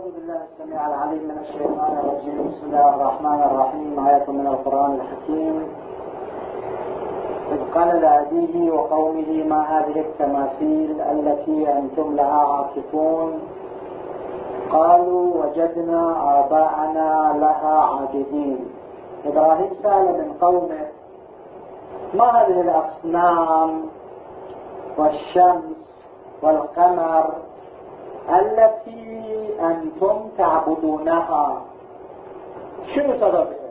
أعوذ بالله السميع العليم من الشيطان الرجيم. بسم الله الرحمن الرحيم. آية من القرآن الحكيم. إذ قال لأبيه وقومه ما هذه التماثيل التي أنتم لها عاكفون؟ قالوا وجدنا آباءنا لها عابدين. إبراهيم سأل من قومه ما هذه الأصنام والشمس والقمر التي أنتم تعبدونها؟ شنو سببها؟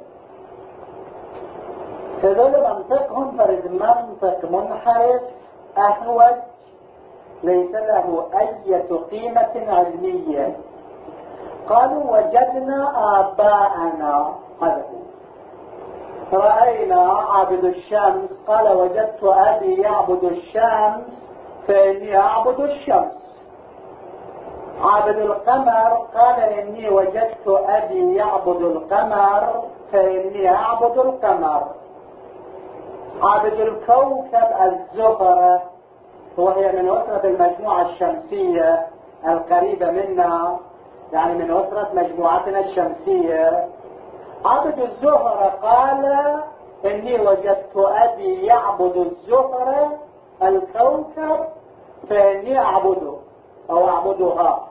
هذول منطقهم فرد منطق منحرف أهوج ليس له أي قيمة علمية. قالوا وجدنا آباءنا، هذا رأينا عابد الشمس، قال وجدت أبي يعبد الشمس فإني أعبد الشمس. عابد القمر قال إني وجدت أبي يعبد القمر فإني أعبد القمر. عابد الكوكب الزهرة وهي من أسرة المجموعة الشمسية القريبة منا، يعني من أسرة مجموعتنا الشمسية. عابد الزهرة قال إني وجدت أبي يعبد الزهرة الكوكب فإني أعبده أو أعبدها.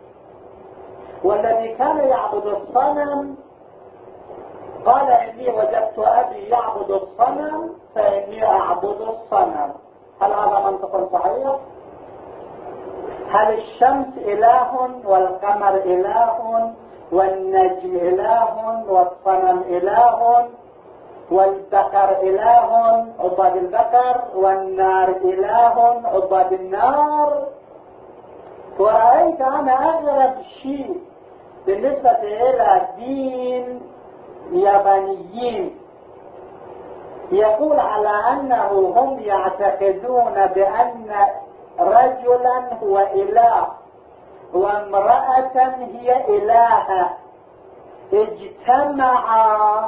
والذي كان يعبد الصنم قال إني وجدت أبي يعبد الصنم فإني أعبد الصنم. هل هذا منطق صحيح؟ هل الشمس إله والقمر إله والنجم إله والصنم إله والبقر إله عباد البقر والنار إله عباد النار؟ ورأيت أنا أغرب شيء بالنسبة إلى دين يابانيين يقول على أنه هم يعتقدون بأن رجلا هو إله وامرأة هي إلهة اجتمعا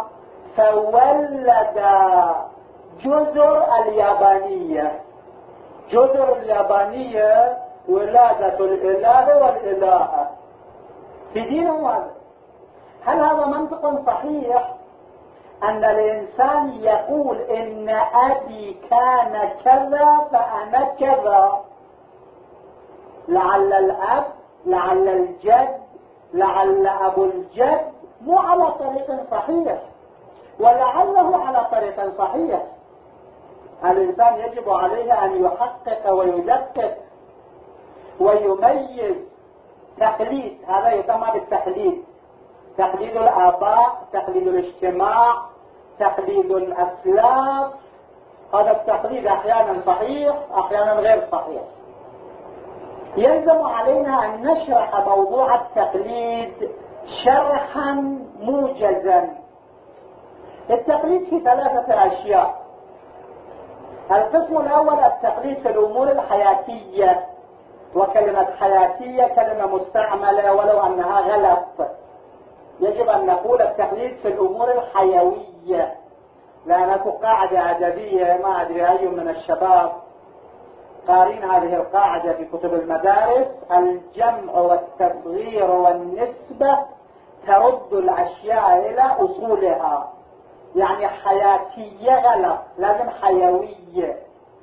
فولدا جزر اليابانية. جزر اليابانية ولادة الإله والإلهة في دينهم هذا. هل هذا منطق صحيح أن الإنسان يقول إن أبي كان كذا فأنا كذا؟ لعل الأب، لعل الجد، لعل أبو الجد مو على طريق صحيح، ولعله على طريق صحيح. الإنسان يجب عليه أن يحقق ويدقق ويميز. تقليد هذا يسمى بالتقليد، تقليد الآباء، تقليد الاجتماع، تقليد الأسلاف. هذا التقليد أحيانا صحيح أحيانا غير صحيح. يلزم علينا أن نشرح موضوع التقليد شرحا موجزا. التقليد في ثلاثة أشياء. القسم الأول التقليد في الأمور الحياتية، وكلمة حياتية كلمة مستعملة ولو أنها غلط. يجب أن نقول التقليد في الأمور الحيوية، لأنه قاعدة أدبية ما أدري أي من الشباب قارين هذه القاعدة في كتب المدارس: الجمع والتصغير والنسبة ترد الأشياء إلى أصولها. يعني حياتية غلط، لازم حيوية.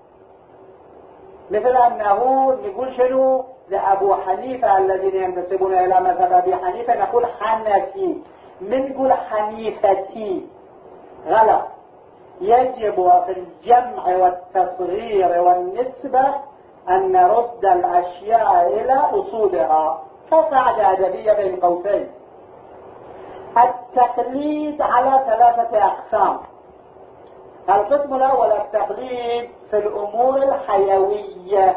مثل أنه نقول شنو لأبو حنيفة الذين ينتسبون إلى مذهب أبي حنيفة نقول حنفي، من نقول حنيفتي، غلط. يجب في الجمع والتصغير والنسبة أن نرد الأشياء إلى أصولها، كقاعدة أدبية بين قوسين. التقليد على ثلاثة أقسام. القسم الأول التقليد في الأمور الحيوية.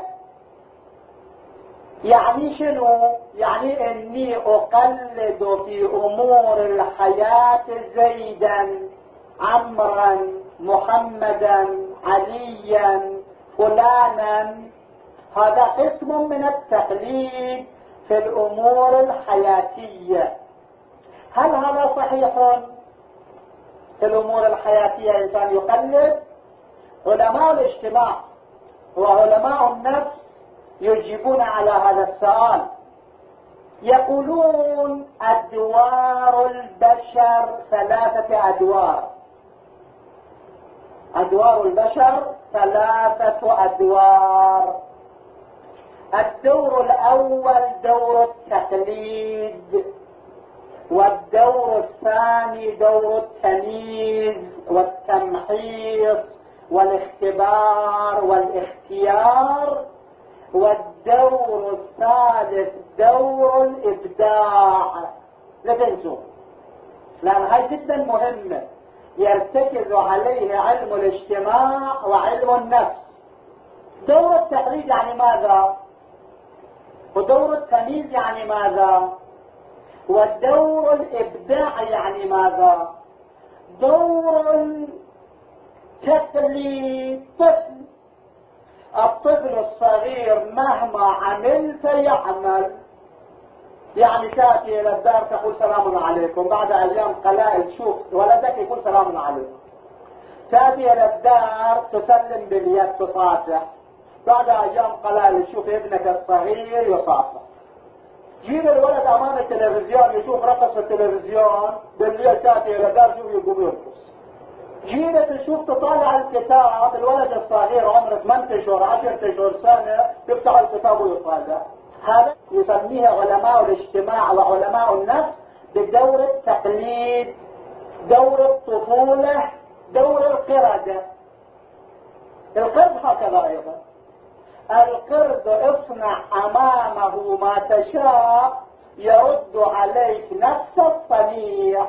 يعني شنو؟ يعني إني أقلد في أمور الحياة زيدا، عمرا، محمدا، عليا، فلانا. هذا قسم من التقليد في الأمور الحياتية. هل هذا صحيح؟ في الأمور الحياتية إنسان يقلد؟ علماء الاجتماع وعلماء النفس يجيبون على هذا السؤال. يقولون أدوار البشر 3 أدوار. أدوار البشر 3 أدوار. الدور الأول دور التقليد، والدور الثاني دور التمييز والتمحيص والاختبار والاختيار، والدور الثالث دور الإبداع. لا تنسوا، لأن هاي جدا مهمة يرتكز عليه علم الاجتماع وعلم النفس. دور التقليد يعني ماذا؟ ودور التمييز يعني ماذا؟ ودور الإبداع يعني ماذا؟ دور التقليد الطفل الصغير مهما عملت يعمل. يعني تأتي إلى الدار تقول سلام عليكم، بعد أيام قلائل تشوف ولدك يقول سلام عليكم. تأتي إلى الدار تسلم باليد تصافح، بعد أيام قلائل تشوف ابنك الصغير يصافح. جيل الولد أمام التلفزيون يشوف رقص التلفزيون، بالليل تأتي إلى الدار شوف يقوم يرقص. جيل تشوف تطالع الكتاب، الولد الصغير عمره 8 أشهر 10 أشهر سنة يفتح الكتاب ويطالع. هذا يسميه علماء الاجتماع وعلماء النفس بدور التقليد، دور الطفولة، دور القردة. القرد هكذا أيضا. القرد اصنع أمامه ما تشاء يرد عليك نفس الصنيع.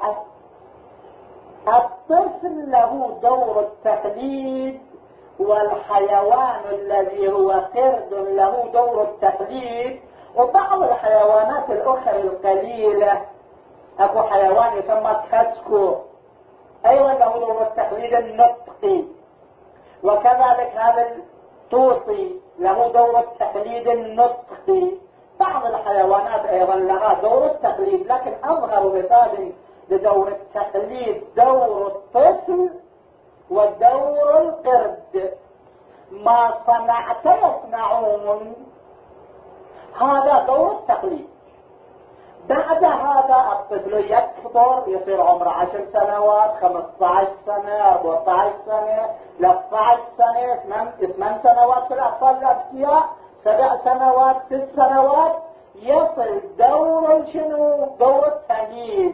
الطفل له دور التقليد، والحيوان الذي هو قرد له دور التقليد. وبعض الحيوانات الأخرى القليلة، أكو حيوان يسمى كاسكو، أيضا له دور التقليد النطقي. وكذلك هذا الطوطي له دور التقليد النطقي. بعض الحيوانات أيضا لها دور التقليد، لكن أظهر مثال لدور التقليد دور الطفل ودور القرد. ما صنعت يصنعون، هذا دور التقليد. بعد هذا الطفل يكبر، يصير عمره 10 سنوات 15 سنة 14 سنة 13 سنة 8 سنوات في الأطفال الأذكياء 7 سنوات 6 سنوات يصل دور شنو؟ دور التمييز.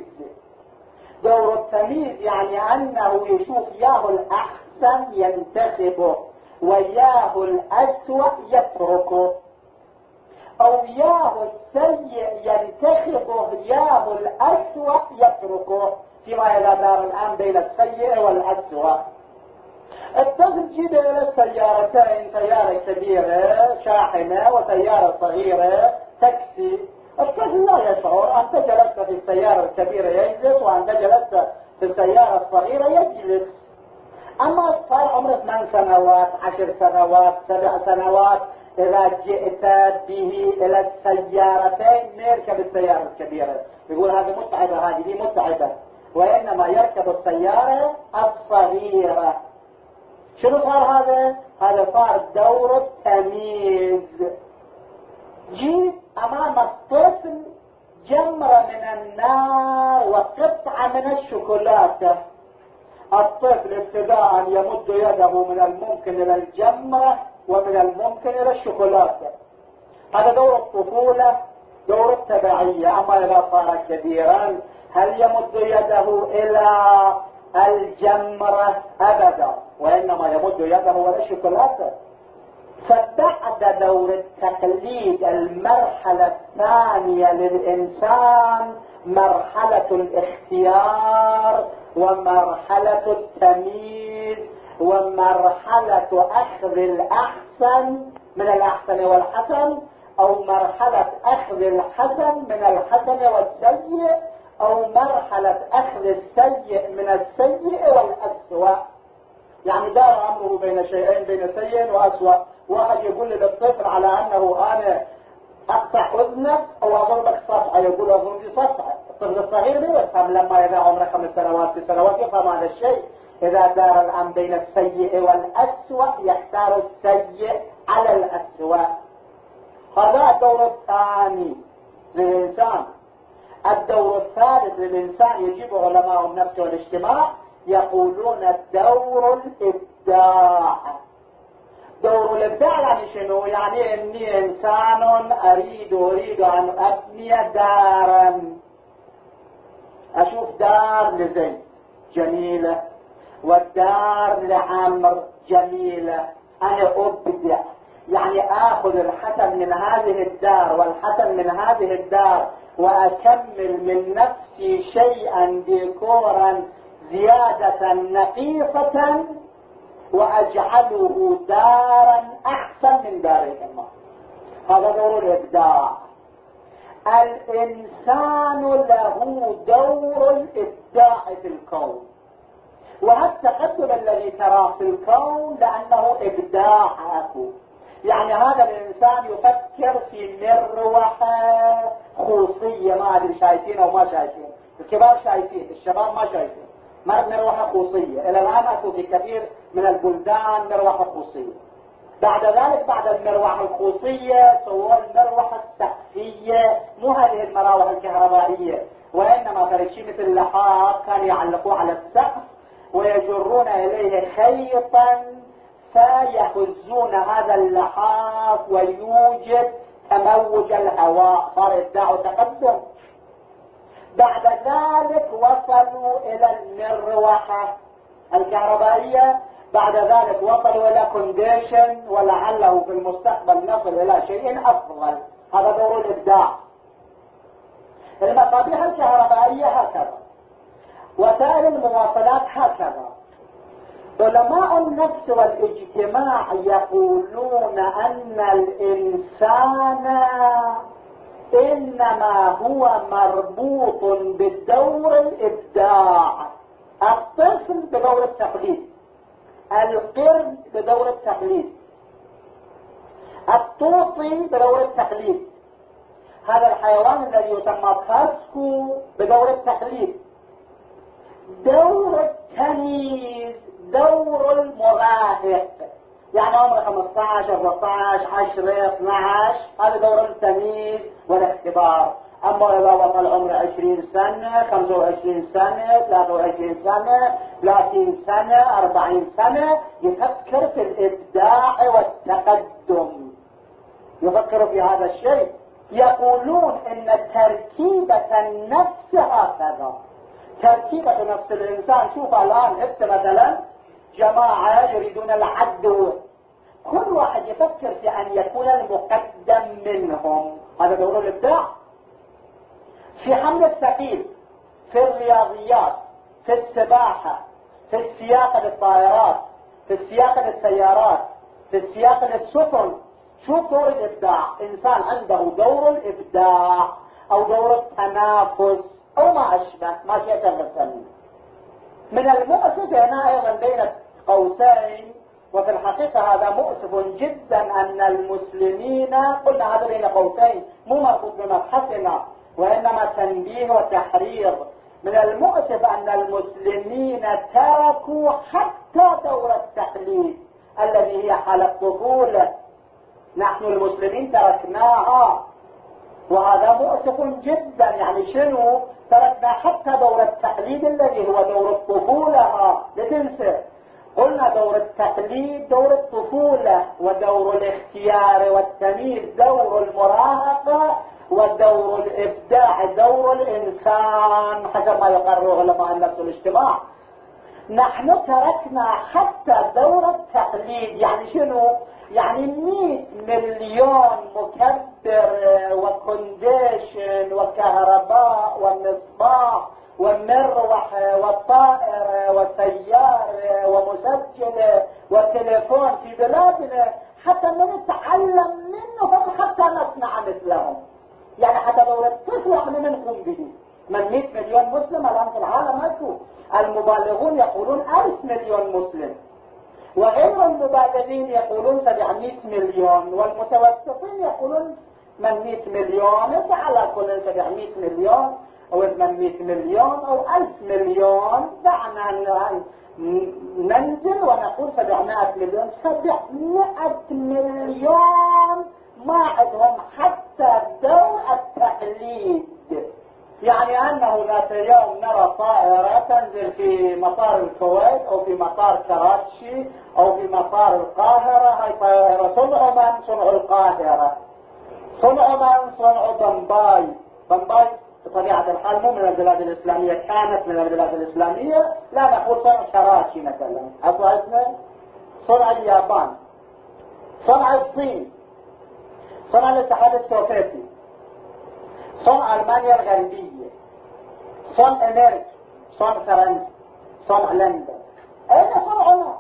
دور التمييز يعني أنه يشوف ياه الأحسن ينتخبه وياه الأسوأ يتركه، أو ياه السيء ينتخبه ياه الأسوأ يتركه، فيما إذا دار الآن بين السيء والأسوأ. الطفل جيب إلى السيارتين، سيارة كبيرة شاحنة وسيارة صغيرة تاكسي. الطفل لا يشعر، أنت جلست في السيارة الكبيرة يجلس، وأنت جلست في السيارة الصغيرة يجلس. أما صار عمره 8 سنوات 10 سنوات 7 سنوات، إذا جئت به إلى السيارتين نركب السيارة الكبيرة، يقول هذه متعبة، هذه متعبة، وإنما يركب السيارة الصغيرة. شنو صار هذا؟ هذا صار دور التمييز. جيت أمام الطفل جمرة من النار وقطعة من الشوكولاتة. الطفل ابتداء يمد يده من الممكن إلى الجمرة ومن الممكن إلى الشوكولاتة. هذا دور الطفولة، دور التبعية. أما إذا صار كبيرا هل يمد يده إلى الجمرة؟ أبدا، وإنما يمد يده إلى الشوكولاتة. فبعد دور التقليد المرحلة الثانية للإنسان مرحلة الاختيار ومرحلة التمييز ومرحلة أخذ الأحسن من الأحسن والحسن، أو مرحلة أخذ الحسن من الحسن والسيء، أو مرحلة أخذ السيء من السيء والأسوأ. يعني دار أمره بين شيئين، بين سيء وأسوأ. واحد يقول للطفل على أنه أنا أقطع أذنك أو أضربك صفعة، يقول أضربني صفعة. الطفل الصغير ما يفهم، لما إذا عمره 5 سنوات 6 سنوات يفهم هذا الشيء. إذا دار الأمر بين السيء والأسوأ يختار السيء على الأسوأ. هذا الدور الثاني. للإنسان. الدور الثالث للإنسان يجيبه علماء النفس والاجتماع، يقولون الدور الإبداع. دور الإبداع يعني شنو؟ يعني إني إنسان أريد أن أبني دارا، أشوف دار لزيد جميلة والدار لعمر جميلة، أنا أبدع، يعني آخذ الحسن من هذه الدار والحسن من هذه الدار وأكمل من نفسي شيئا ديكورا زيادة نقيصة وأجعله دارا أحسن من دارهما. هذا دور الإبداع. الإنسان له دور الإبداع في الكون، وهذا التقدم الذي تراه في الكون لأنه إبداعه. يعني هذا الإنسان يفكر في مروحة خوصية، ما أدري شايفين أو ما شايفين، الكبار شايفين، الشباب ما شايفين، مروحة خوصية. إلى الآن أكو في كثير من البلدان مروحة خوصية. بعد ذلك بعد المروحة الخوصية سووا المروحة السقفية، مو هذه المراوح الكهربائية، وإنما فرشي مثل اللحاف كانوا يعلقوه على السقف ويجرون إليه خيطا فيهزون هذا اللحاف ويوجد تموج الهواء، صار إبداع وتقدم. بعد ذلك وصلوا إلى المروحة الكهربائية، بعد ذلك وصلوا إلى كونديشن، ولعله في المستقبل نصل إلى شيء أفضل. هذا دور الإبداع. المصابيح الكهربائية هكذا، وسائل المواصلات هكذا. علماء النفس والاجتماع يقولون أن الإنسان إنما هو مربوط بالدور الإبداع. الطفل بدور التقليد، القرد بدور التقليد، الطوطي بدور التقليد، هذا الحيوان الذي يسمى كاسكو بدور التقليد. دور التمييز دور المراهق، يعني عمره 15 14 10 12، هذا دور التمييز والاختبار. اما اذا وصل عمره 20 سنة 25 سنة 23 سنة 30 سنة 40 سنة يفكر في الابداع والتقدم، يفكر في هذا الشيء. يقولون ان تركيبة النفس هكذا، تركيبة نفس الانسان. شوف الان انت مثلا جماعة يريدون العدو، كل واحد يفكر في ان يكون المقدم منهم، هذا دور الابداع. في حمل الثقيل، في الرياضيات، في السباحة، في السياقة للطائرات، في السياقة للسيارات، في السياقة للسفن. شوف دور الابداع، انسان عنده دور الابداع او دور التنافس او ما اشبه، ما شئت ان نسميه. من المؤسف هنا ايضا بين قوسين، وفي الحقيقة هذا مؤسف جدا ان المسلمين، قلنا هذا بين قوسين مو مربوط بمبحثنا وانما تنبيه وتحرير. من المؤسف ان المسلمين تركوا حتى دور التقليد الذي هي حال الطفولة، نحن المسلمين تركناها، وهذا مؤسف جدا. يعني شنو تركنا؟ حتى دور التقليد الذي هو دور الطفولة لتنسى. قلنا دور التقليد دور الطفولة، ودور الاختيار والتمييز دور المراهقة، ودور الإبداع دور الإنسان حسب ما يقرره علماء النفس والاجتماع. نحن تركنا حتى دور التقليد. يعني شنو؟ يعني 100 مليون مكبر وكونديشن وكهرباء ومصباح ومروحة وطائرة وسيارة ومسجلة وتليفون في بلادنا، حتى نتعلم منهم حتى نصنع مثلهم. يعني حتى دور الطفل احنا نقوم به. من 100 مليون مسلم الان في العالم اكو، المبالغون يقولون 1000 مليون مسلم، وغير المبالغين يقولون 700 مليون، والمتوسطين يقولون من 100 مليون. على كل 700 مليون او 800 مليون او 1000 مليون، دعنا ننزل ونقول 700 مليون. 700 مليون ما عندهم حتى دور التقليد. يعني أنه ذات يوم نرى طائرة تنزل في مطار الكويت أو في مطار كراتشي أو في مطار القاهرة، هاي طائرة صنع من؟ صنع القاهرة. صنع من؟ صنع بمباي. بمباي بطبيعة الحال مو من البلاد الإسلامية، كانت من البلاد الإسلامية، لا نقول صنع كراتشي مثلا، أكو عندنا صنع اليابان، صنع الصين، صنع الاتحاد السوفيتي، صنع ألمانيا الغربية، صنع أمريكا، صنع فرنسا، صنع لندن. أين صنعنا؟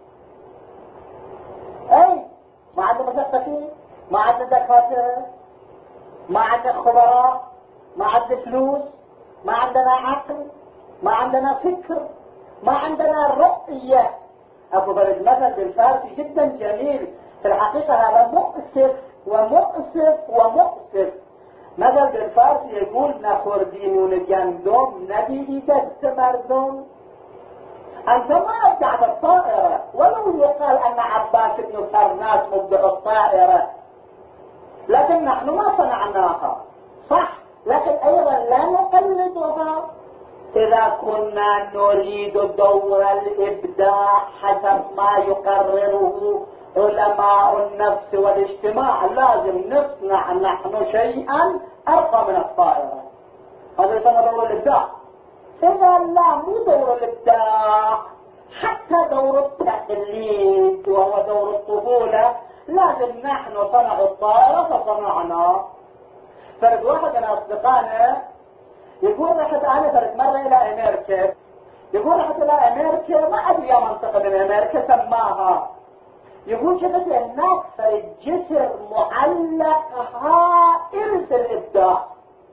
أين؟ ما عندنا مثقفين، ما عندنا دكاترة، ما عندنا خبراء، ما عندنا فلوس، ما عندنا عقل، ما عندنا فكر، ما عندنا رؤية. أبو برد مثل بالفارسي جدا جميل، في الحقيقة هذا مؤسف ومؤسف ومؤسف. مثل بالفارسي يقول نخوردين جندم نديدي دست مردم. أنت ما أبدعت الطائرة، ولو يقال أن عباس بن فرناس مبدع الطائرة، لكن نحن ما صنعناها، صح، لكن أيضا لا نقلدها. إذا كنا نريد دور الإبداع حسب ما يقرره علماء النفس والاجتماع، لازم نصنع نحن شيئا أرقى من الطائرة. هذا يسمى دور الإبداع. إذا لا، مو دور الإبداع، حتى دور التقليد وهو دور الطفولة. لازم نحن صنع الطائرة فصنعنا. فرد واحد من أصدقائنا يقول رحت أنا فرد مرة إلى أمريكا، يقول رحت إلى أمريكا، ما أدري يا منطقة من أمريكا سماها، يقول شفت الناس فرد جسر معلق هائل في الإبداع،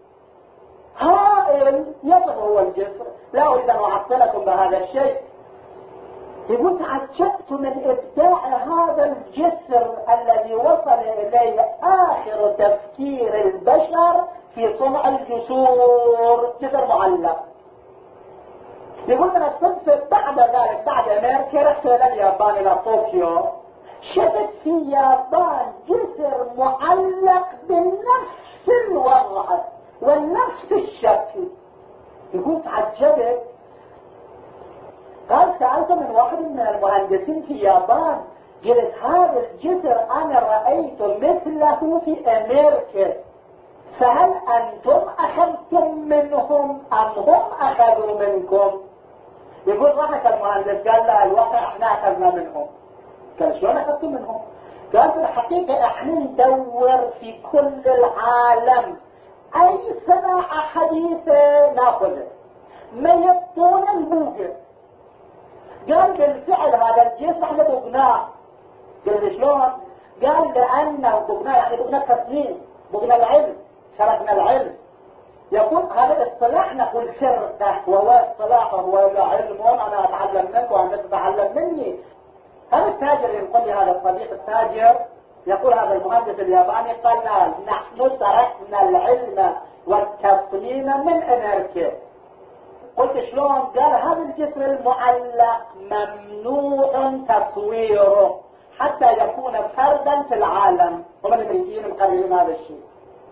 هائل يصف هو الجسر. لا أريد أن أعطلكم بهذا الشيء. يقول تعجبت من إبداع هذا الجسر الذي وصل إليه آخر تفكير البشر في صنع الجسور، جسر معلق. يقول من الصدفة بعد ذلك بعد أمريكا رحت إلى اليابان إلى طوكيو، شفت في اليابان جسر معلق بنفس الوضع ونفس الشكل. يقول تعجبت، قال سألت من واحد من المهندسين في اليابان، قلت هذا الجسر أنا رأيت مثله في أمريكا، فهل أنتم أخذتم منهم أم هم أخذوا منكم؟ يقول ضحك المهندس قال لا، الواقع احنا أخذنا منهم. قال شلون أخذتم منهم؟ قال في الحقيقة احنا ندور في كل العالم أي صناعة حديثة ناخذها، ما يبطون البوقر. قال بالفعل هذا الجسر احنا بقناه. قال شلون؟ قال لأنه بقناه يعني بقنا التصميم، بقنا العلم، شركنا العلم. يقول هذا اصطلاح نقول شركة، وهو اصطلاح هو علم، أنا أتعلم منك وأنت تتعلم مني. هذا التاجر يقول لي، هذا الصديق التاجر يقول هذا المهندس الياباني قال نحن سرقنا العلم والتصميم من أمريكا. قلت شلون؟ قال هذا الجسر المعلق ممنوع تصويره حتى يكون فردا في العالم. هم الامريكيين مقررين هذا الشيء،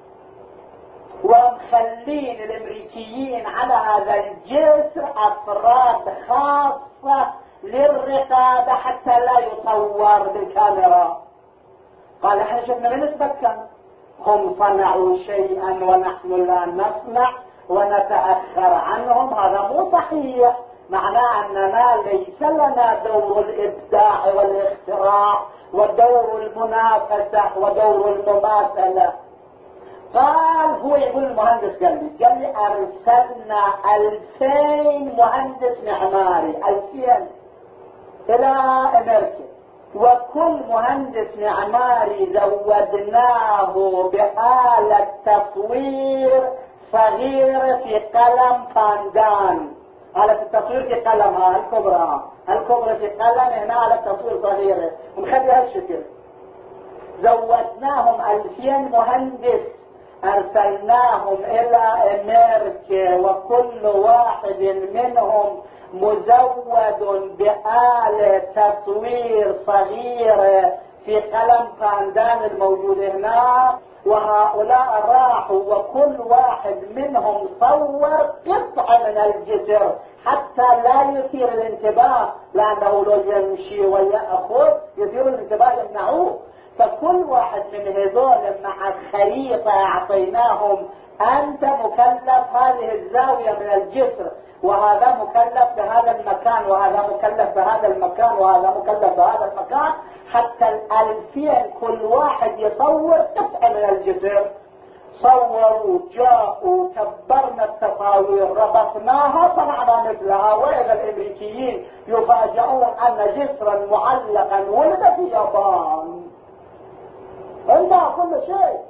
ومخلين الامريكيين على هذا الجسر افراد خاصة للرقابة حتى لا يصور بالكاميرا. قال احنا شفنا من نتبكى، هم صنعوا شيئا ونحن لا نصنع ونتأخر عنهم، هذا مو صحيح. معناه أننا ليس لنا دور الإبداع والاختراع ودور المنافسة ودور المماثلة. قال هو يقول المهندس قال لي أرسلنا 2000 مهندس معماري، 2000 إلى أمريكا، وكل مهندس معماري زودناه بآلة تصوير صغيرة في قلم فاندان. آلة التصوير في قلم الكبرى في قلم، هنا آلة تصوير صغيرة ونخلي هالشكل. زودناهم 2000 مهندس أرسلناهم إلى أمريكا، وكل واحد منهم مزود بآلة تصوير صغيرة في قلم باندان الموجود هناك، وهؤلاء راحوا وكل واحد منهم صور قطعة من الجسر حتى لا يثير الانتباه، لأنه لو يمشي ويأخذ يثير الانتباه يمنعوه. فكل واحد من هذول مع خريطة أعطيناهم، أنت مكلف هذه الزاوية من الجسر، وهذا مكلف بهذا المكان، وهذا مكلف بهذا المكان، وهذا مكلف بهذا المكان، حتى 2000 كل واحد يصور قطعة من الجسر. صوروا جاءوا كبرنا التصاوير ربطناها صنعنا مثلها، وإذا الأمريكيين يفاجئون أن جسرا معلقا ولد في اليابان. عندها كل شيء.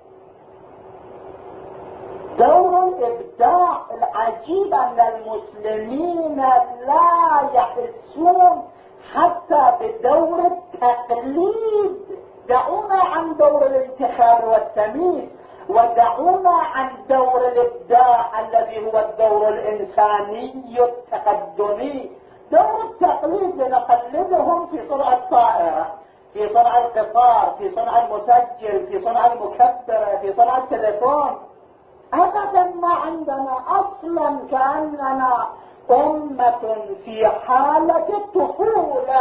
دور الإبداع العجيب أن المسلمين لا يحسون حتى بدور التقليد. دعونا عن دور الانتخاب والتمييز، ودعونا عن دور الإبداع الذي هو الدور الإنساني التقدمي. دور التقليد لنقلدهم في صنع الطائرة، في صنع القطار، في صنع المسجل، في صنع المكبرة، في صنع التليفون. أبدا ما عندنا أصلا، كأننا أمة في حالة الطفولة.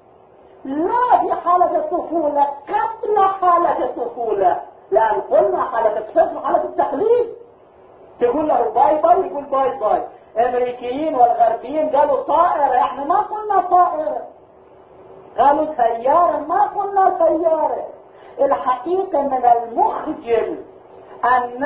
لا في حالة الطفولة، قبل حالة الطفولة، لأن قلنا حالة الطفل حالة التقليد. تقول له باي باي يقول باي باي. الأمريكيين والغربيين قالوا طائرة، احنا ما قلنا طائرة. قالوا سيارة، ما قلنا سيارة. الحقيقة من المخجل أن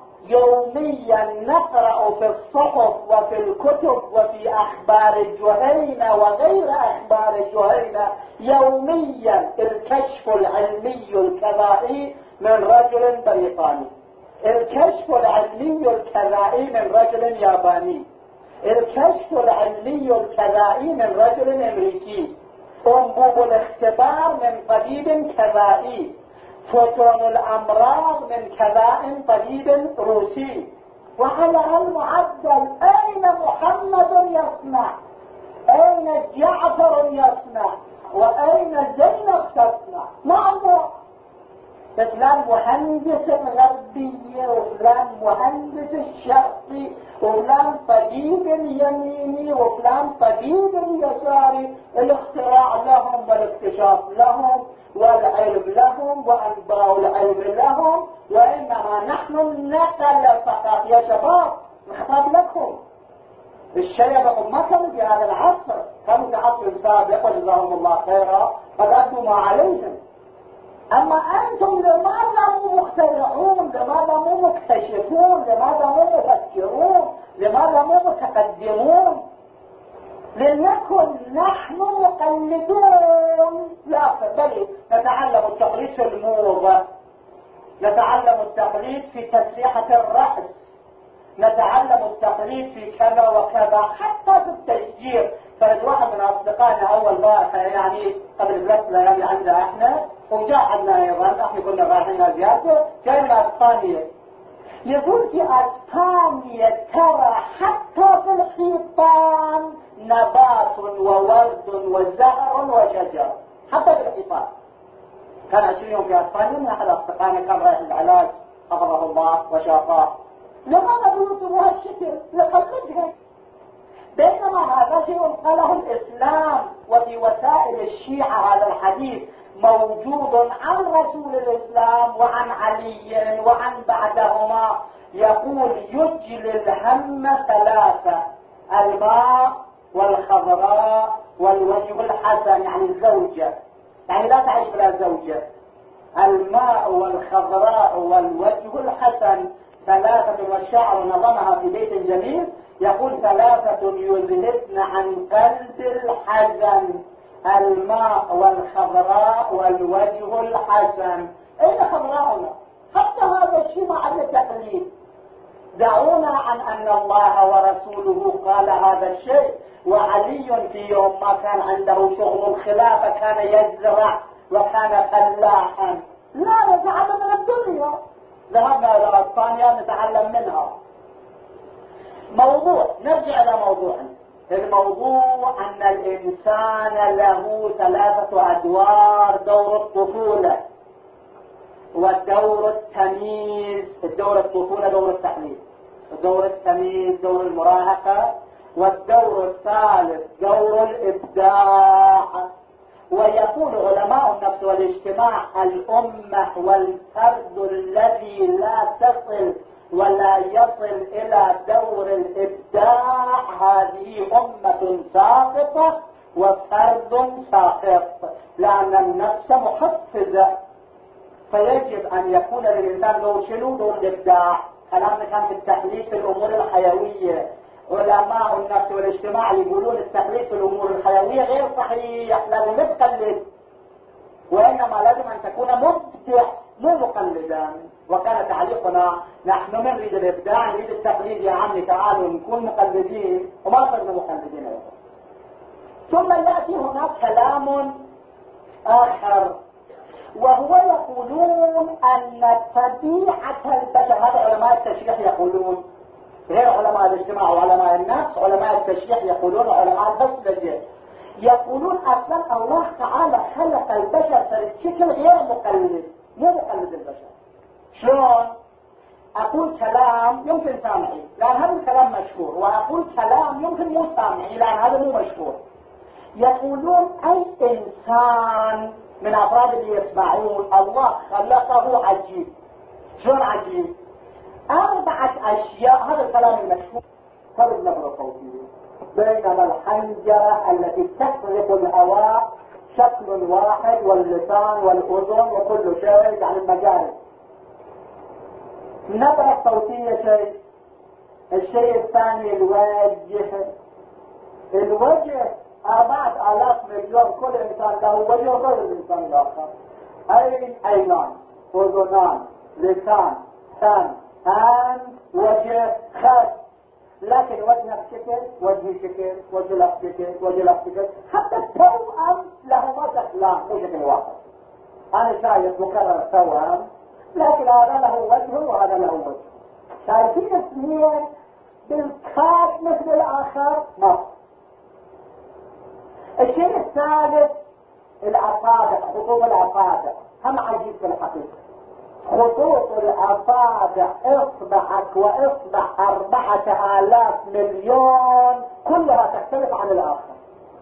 يوميا نقرأ في الصحف وفي الكتب وفي أخبار الجهينة وغير أخبار الجهينة يوميا الكشف العلمي الكذائي من رجل بريطاني، الكشف العلمي الكذائي من رجل ياباني، الكشف العلمي الكذائي من رجل أمريكي، أنبوب الاختبار من طبيب كذائي، فوتون الأمراض من كذائن طبيب روسي. وعلى هالمعدل أين محمد يصنع؟ أين جعفر يصنع؟ وأين زينب تصنع؟ ما عنده. فلان مهندس الغربية، وفلان مهندس الشرقي، وفلان طبيب اليميني، وفلان طبيب اليساري. الاختراع لهم والاكتشاف لهم والعلم لهم وأنباء العلم لهم، وإنما نحن نقل فقط. يا شباب نخطب لكم، الشيبة ما كانوا في هذا العصر، كانوا في عصر سابق وجزاهم الله خيرا قد أدوا ما عليهم. أما أنتم لماذا مو مخترعون؟ لماذا مو مكتشفون؟ لماذا مو مفكرون؟ لماذا مو متقدمون؟ لنكن نحن مقلدون. لا بل نتعلم التقليد في الموضة، نتعلم التقليد في تسريحة الرأس، نتعلم التقليد في كذا وكذا، حتى في التشجير. فواحد من أصدقائنا أول ما يعني قبل 3 ليالي عندنا احنا، وجاء عندنا أيضا، احنا كنا رايحين زيارته، جاي من أسبانيا. يقول في أسبانيا ترى حتى في الحيطان نبات وورد وزهر وشجر، حتى في الحيطان. كان 20 يوم في أسبانيا، من أحد أصدقائنا كان رايح العلاج حفظه الله وشافاه. لماذا بيوتوا بهالشكل؟ لقلدها. بينما هذا شيء قاله الإسلام، وفي وسائل الشيعة هذا الحديث موجود عن رسول الإسلام وعن علي وعن بعدهما. يقول يجلي الهم 3: الماء والخضراء والوجه الحسن، يعني الزوجة، يعني لا تعيش بلا زوجة. الماء والخضراء والوجه الحسن 3، والشاعر نظمها في بيت جميل يقول 3 يذهبن عن قلب الحزن: الماء والخضراء والوجه الحسن. اين خضراؤنا؟ حتى هذا الشيء مع التقليد. دعونا عن أن الله ورسوله قال هذا الشيء. وعلي في يوم ما كان عنده شغل الخلافة كان يزرع وكان فلاحا. لا نتعلم من الدنيا، ذهبنا إلى اسبانيا نتعلم منها. موضوع، نرجع إلى موضوعنا. الموضوع أن الإنسان له 3 أدوار: دور الطفولة، والدور التمييز، الدور الطفولة دور التحليل، الدور التمييز دور المراهقة، والدور الثالث دور الإبداع. ويقول علماء النفس والاجتماع: الأمة والفرد الذي لا تصل ولا يصل إلى دور الإبداع هذه أمة ساقطة وفرد ساقط، لأن النفس محفزة، فيجب أن يكون للإنسان دور شنو؟ دور الإبداع. كلامنا كان في التحليل في الأمور الحيوية. علماء النفس والاجتماع يقولون التقليد في الأمور الحيوية غير صحيح، لازم نتقلد، وإنما لازم أن تكون مبدع مو مقلدا. وكان تعليقنا: نحن من نريد الإبداع، نريد التقليد، يا عمي تعالوا نكون مقلدين، وما صرنا مقلدين أيضا. ثم يأتي هناك كلام آخر، وهو يقولون أن طبيعة البشر، هذا علماء التشريح يقولون، غير علماء الاجتماع وعلماء النفس، علماء التشريح يقولون، علماء البشر يقولون أصلا الله تعالى خلق البشر بشكل غير مقلد، مو مقلد البشر. شلون؟ أقول كلام يمكن سامعي لأن هذا الكلام مشهور، وأقول كلام يمكن مو سامعي لأن هذا مو مشهور. يقولون أي إنسان من أفراد اللي يسمعون الله خلقه عجيب. شلون عجيب؟ 4 أشياء، هذا الكلام المشهور، فرد نبرة صوتية، بينما الحنجرة التي تخلق الهواء شكل واحد، واللسان والأذن وكل شيء، يعني المجاري. النبرة الصوتية شيء، الشيء الثاني الوجه 4000 مليون، كل إنسان له وجه غير الإنسان الآخر. عينان، أذنان، لسان، فم، وجه، خد، لكن وجهك شكل، وجهي شكل، وجه لك شكل، وجه لك شكل، حتى التوأم لهما شكلان مو شكل واحد. أنا شايف مكرر توأم، لكن هذا له وجه وهذا له وجه. شايفين اثنين بالكاد مثل الآخر؟ ما. الشيء الثالث الأصابع، خطوط الأصابع هم عجيب في الحقيقة. خطوط الأصابع، إصبعك وإصبع 4000 مليون كلها تختلف عن الآخر.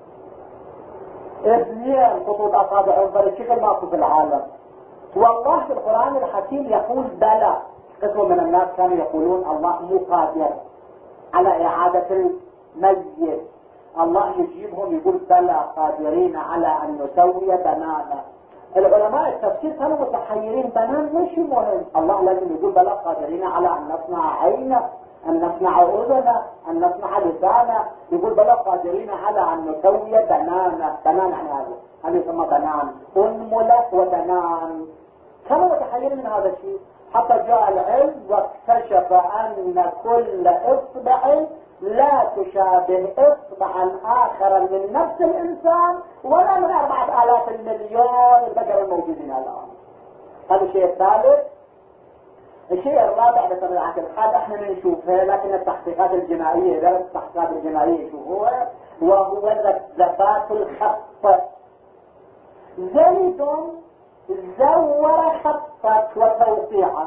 2 خطوط أصابع انظر الشكل ماكو في العالم. والله في القرآن الحكيم يقول بلى. قسم من الناس كانوا يقولون الله مو قادر على إعادة الميت. الله يجيبهم يقول بلى قادرين على أن نسوي بنانا. العلماء التفسير كانوا متحيرين، بنان مش مهم، الله لازم يقول بلى قادرين على أن نصنع عينه، أن نصنع أذنه، أن نصنع لسانه. يقول بلى قادرين على أن نسوي بنانا. بنان يعني هذا يسمى بنان، أنملة وبنان. كانوا متحيرين من هذا الشيء، حتى جاء العلم واكتشف أن كل إصبع لا تشابه إصبعا آخر من نفس الإنسان ولا من 4000 مليون البشر الموجودين الآن. هذا الشيء الثالث. الشيء الرابع بطبيعة الحال احنا نشوفه، لكن التحقيقات الجنائية إذا التحقيقات الجنائية يشوفوها، وهو ذبات الخط. زيد زور خطك وتوقيعك،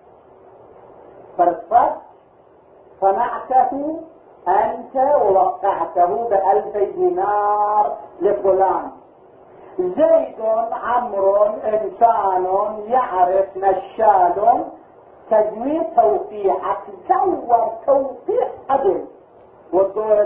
فالصد صنعته أنت ووقعته ب1000 دينار لفلان. زيد عمرو إنسان يعرف نشال، تزوير توقيعك، زور توقيع عدل. والدور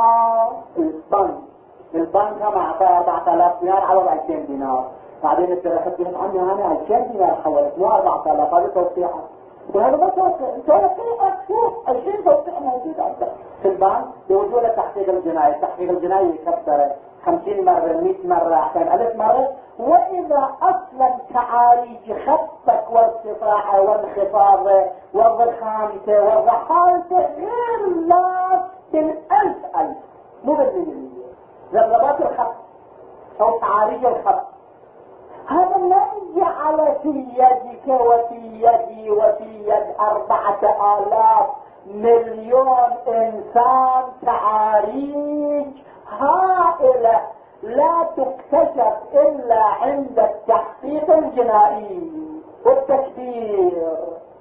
البنك هم أعطاه 4000 دينار على 2000 دينار. بعدين انت رح تقول عني انا 2000 دينار حولت مو 4000، هذا توقيعك. وهذا ما توقيعك، شوف 20 توقيع موجود عندك في البنك بوجود التحقيق الجنائي. التحقيق الجنائي يكبر 50 مرة 100 مرة أحسن 1000 مرة. وإذا أصلا تعاريج خطك وارتفاعه وانخفاضه وضخامته وضحالته غير الله بال1000 مو بالمليون. ذبذبات الخط أو تعاريج الخط هذا لا جعل في يدك وفي يدي وفي يد 4000 مليون إنسان تعاريج هائلة لا تكتشف إلا عند التحقيق الجنائي والتكبير.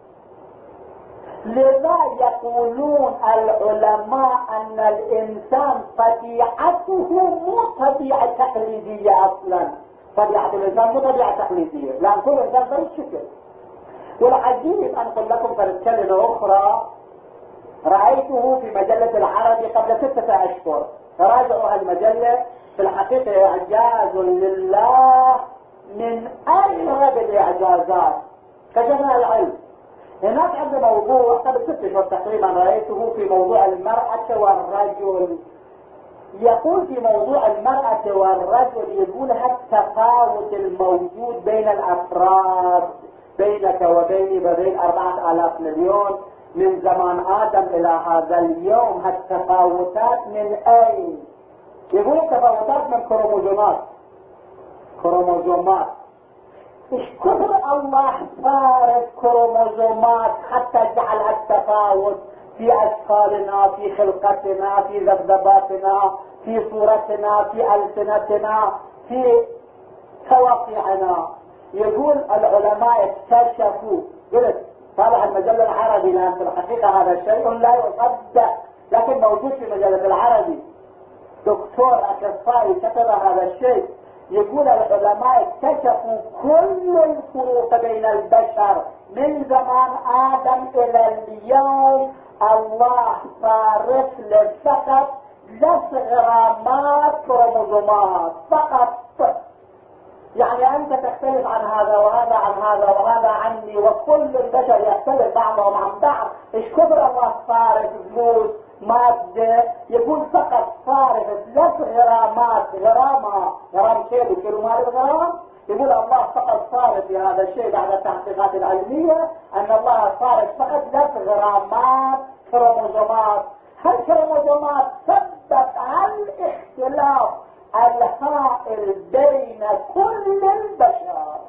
لذا يقولون العلماء أن الإنسان طبيعته مو طبيعة تقليدية أصلا. طبيعة الإنسان مو طبيعة تقليدية، لأن كل إنسان فرد شكل. والعجيب أنقل لكم كلمة أخرى رأيته في مجلة العربي قبل 6 أشهر. راجعوا هالمجلة، في الحقيقة إعجاز لله من أغرب الإعجازات كجمال العلم. هناك عند موضوع قبل 6 أشهر تقريبا رأيته في موضوع المرأة والرجل. يقول في موضوع المرأة والرجل يقول التفاوت الموجود بين الأفراد بينك وبيني وبين 4000 مليون من زمان آدم إلى هذا اليوم. هالتفاوتات من أين؟ يقول التفاوتات من كروموزومات. إيش كثر الله صارت كروموزومات حتى جعل التفاوت في أشكالنا، في خلقتنا، في ذبذباتنا، في صورتنا، في ألسنتنا، في تواقيعنا. يقول العلماء اكتشفوا، قلت طالع المجلة العربي، لأن في الحقيقة هذا شيء لا يصدق لكن موجود في مجلة العربي. دكتور أخصائي كتب هذا الشيء. يقول العلماء اكتشفوا كل الفروق بين البشر من زمان آدم إلى اليوم. الله صارف فقط 3 غرامات كروموزومات فقط. يعني أنت تختلف عن هذا وهذا عن هذا وهذا عني، وكل البشر يختلف بعضهم عن بعض. إيش كبر الله صارف فلوس مادة. يقول فقط صارف 3 غرامات، غرام كيلو مال الغرام. يقول الله فقط صارف في هذا الشيء بعد التحقيقات العلمية أن الله صارف فقط 3 غرامات كروموزومات. هالكروموزومات سبب الاختلاف الهائل بين كل البشر.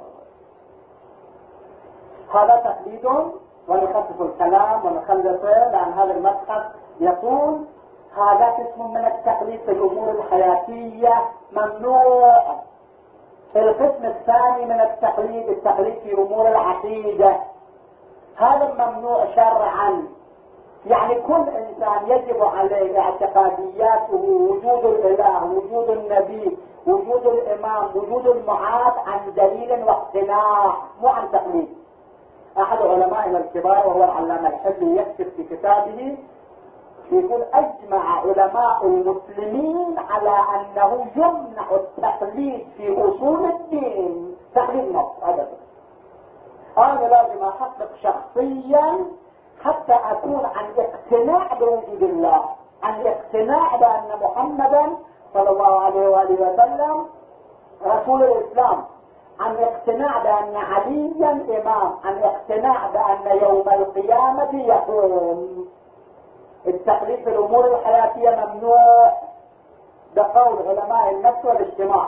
هذا تقليد، ونخفف الكلام ونخلصه، لأن هذا المبحث يقول هذا قسم من التقليد في الأمور الحياتية ممنوع. القسم الثاني من التقليد في أمور العقيدة، هذا ممنوع شرعا. يعني كل إنسان يجب عليه اعتقادياته، وجود الإله، وجود النبي، وجود الإمام، وجود المعاد عن دليل واقتناع، مو عن تقليد. أحد علمائنا الكبار وهو العلامة الحلي يكتب في كتابه، يقول أجمع علماء المسلمين على أنه يمنع التقليد في أصول الدين. تقليد نص أبدا. أنا لازم أحقق شخصيا حتى أكون عن اقتناع بوجود الله، عن اقتناع بأن محمدا صلى الله عليه وآله وسلم رسول الإسلام، عن اقتناع بأن عليا إمام، عن اقتناع بأن يوم القيامة يقوم. التقليد في الأمور الحياتية ممنوع بقول علماء النفس والاجتماع.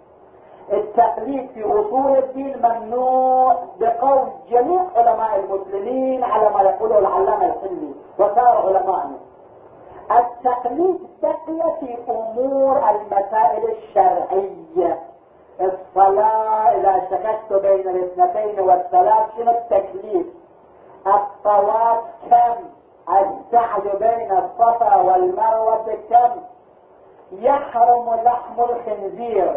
التقليد في أصول الدين ممنوع بقول جميع علماء المسلمين على ما يقوله العلامة الحلي وسائر علمائنا. التقليد بقي في أمور المسائل الشرعية. الصلاة إذا شككت بين 2 و3 شنو التكليف؟ الطواف كم؟ السعي بين الصفا والمروة كم؟ يحرم لحم الخنزير،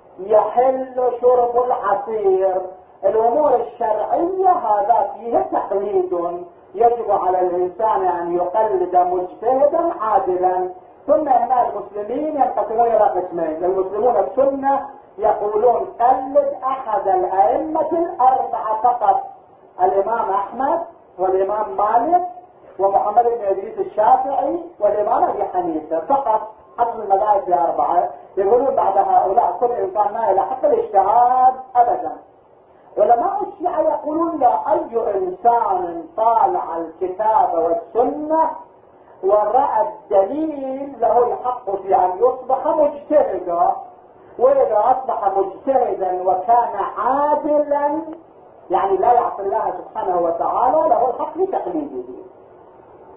يحل شرب العصير. الأمور الشرعية هذا فيه تقليد، يجب على الإنسان أن يقلد مجتهدا عادلا. ثم هنا المسلمين ينقسمون إلى قسمين. المسلمون السنة يقولون قلد أحد الأئمة 4 فقط، الإمام أحمد والإمام مالك ومحمد بن إدريس الشافعي والإمام أبي حنيفة فقط. أصل المذاهب 4. يقولون بعد هؤلاء كل إنسان ما إلى حق الاجتهاد أبدا. علماء الشيعة يقولون لا، أي إنسان طالع الكتاب والسنة ورأى الدليل له الحق في أن يصبح مجتهدا، وإذا أصبح مجتهدا وكان عادلا يعني لا يعصي الله سبحانه وتعالى له الحق في تقليده.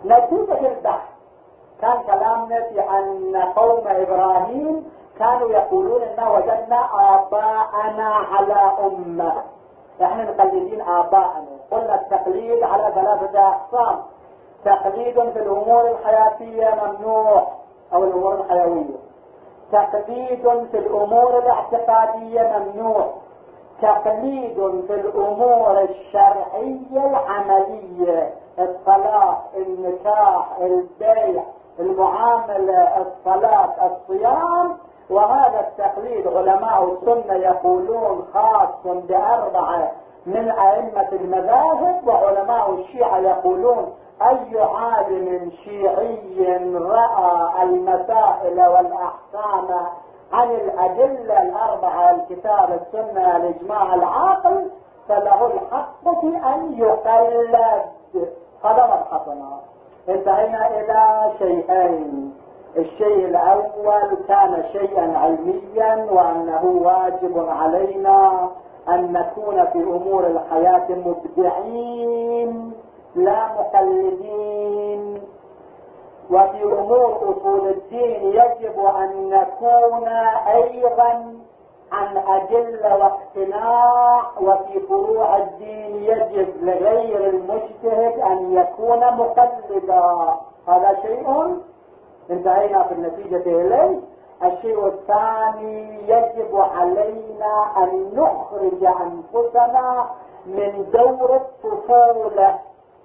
نتيجة البحث كان كلامنا في أن قوم إبراهيم كانوا يقولون إن وجدنا آباءنا على أمة، احنا مقلدين آباءنا. قلنا التقليد على 3 أقسام: تقليد في الأمور الحياتية ممنوع أو الأمور الحيوية، تقليد في الأمور الاعتقادية ممنوع، تقليد في الأمور الشرعية العملية: الصلاة، النكاح، البيع، المعاملة، الصلاة، الصيام. وهذا التقليد علماء السنة يقولون خاص ب4 من أئمة المذاهب، وعلماء الشيعة يقولون أي عالم شيعي رأى المسائل والأحكام عن الأدلة 4: الكتاب، السنة، الإجماع، العقل، فله الحق في أن يقلد. هذا مبحثنا. انتهينا إلى شيئين: الشيء الأول كان شيئا علميا، وأنه واجب علينا أن نكون في أمور الحياة مبدعين لا مقلدين، وفي أمور أصول الدين يجب أن نكون أيضا عن أدلة واقتناع، وفي فروع الدين يجب لغير المجتهد أن يكون مقلدا. هذا شيء انتهينا في النتيجة إليه. الشيء الثاني: يجب علينا أن نخرج أنفسنا من دور الطفولة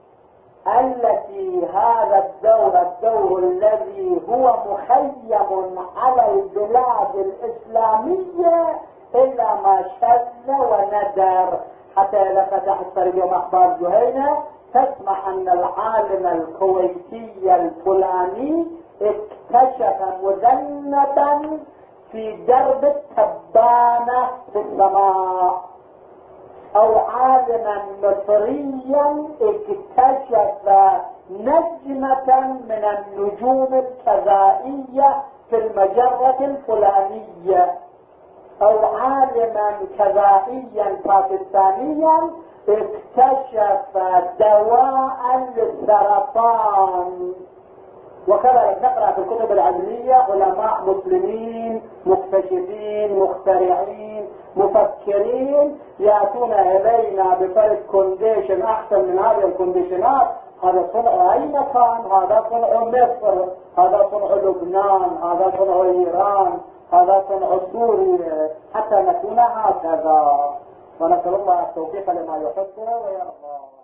التي هذا الدور الذي هو مخيم على البلاد الإسلامية إلا ما شذ وندر. حتى إذا فتحت ترجمة أخبار جهينة تسمع أن العالم الكويتي الفلاني اكتشف مذنبا في درب التبانة في السماء، أو عالما مصريا اكتشف نجمة من النجوم الكذائية في المجرة الفلانية، أو عالما كذائيا باكستانيا اكتشف دواء للسرطان. وكذلك نقرأ في الكتب العلمية علماء مسلمين مكتشفين مخترعين مفكرين يأتون إلينا بفرق كونديشن أحسن من هذه الكونديشنات. هذا صنع أي مكان، هذا صنع مصر، هذا صنع لبنان، هذا صنع إيران، هذا صنع سوريا، حتى نكون هكذا. ونسأل الله التوفيق لما يحبه ويرضى.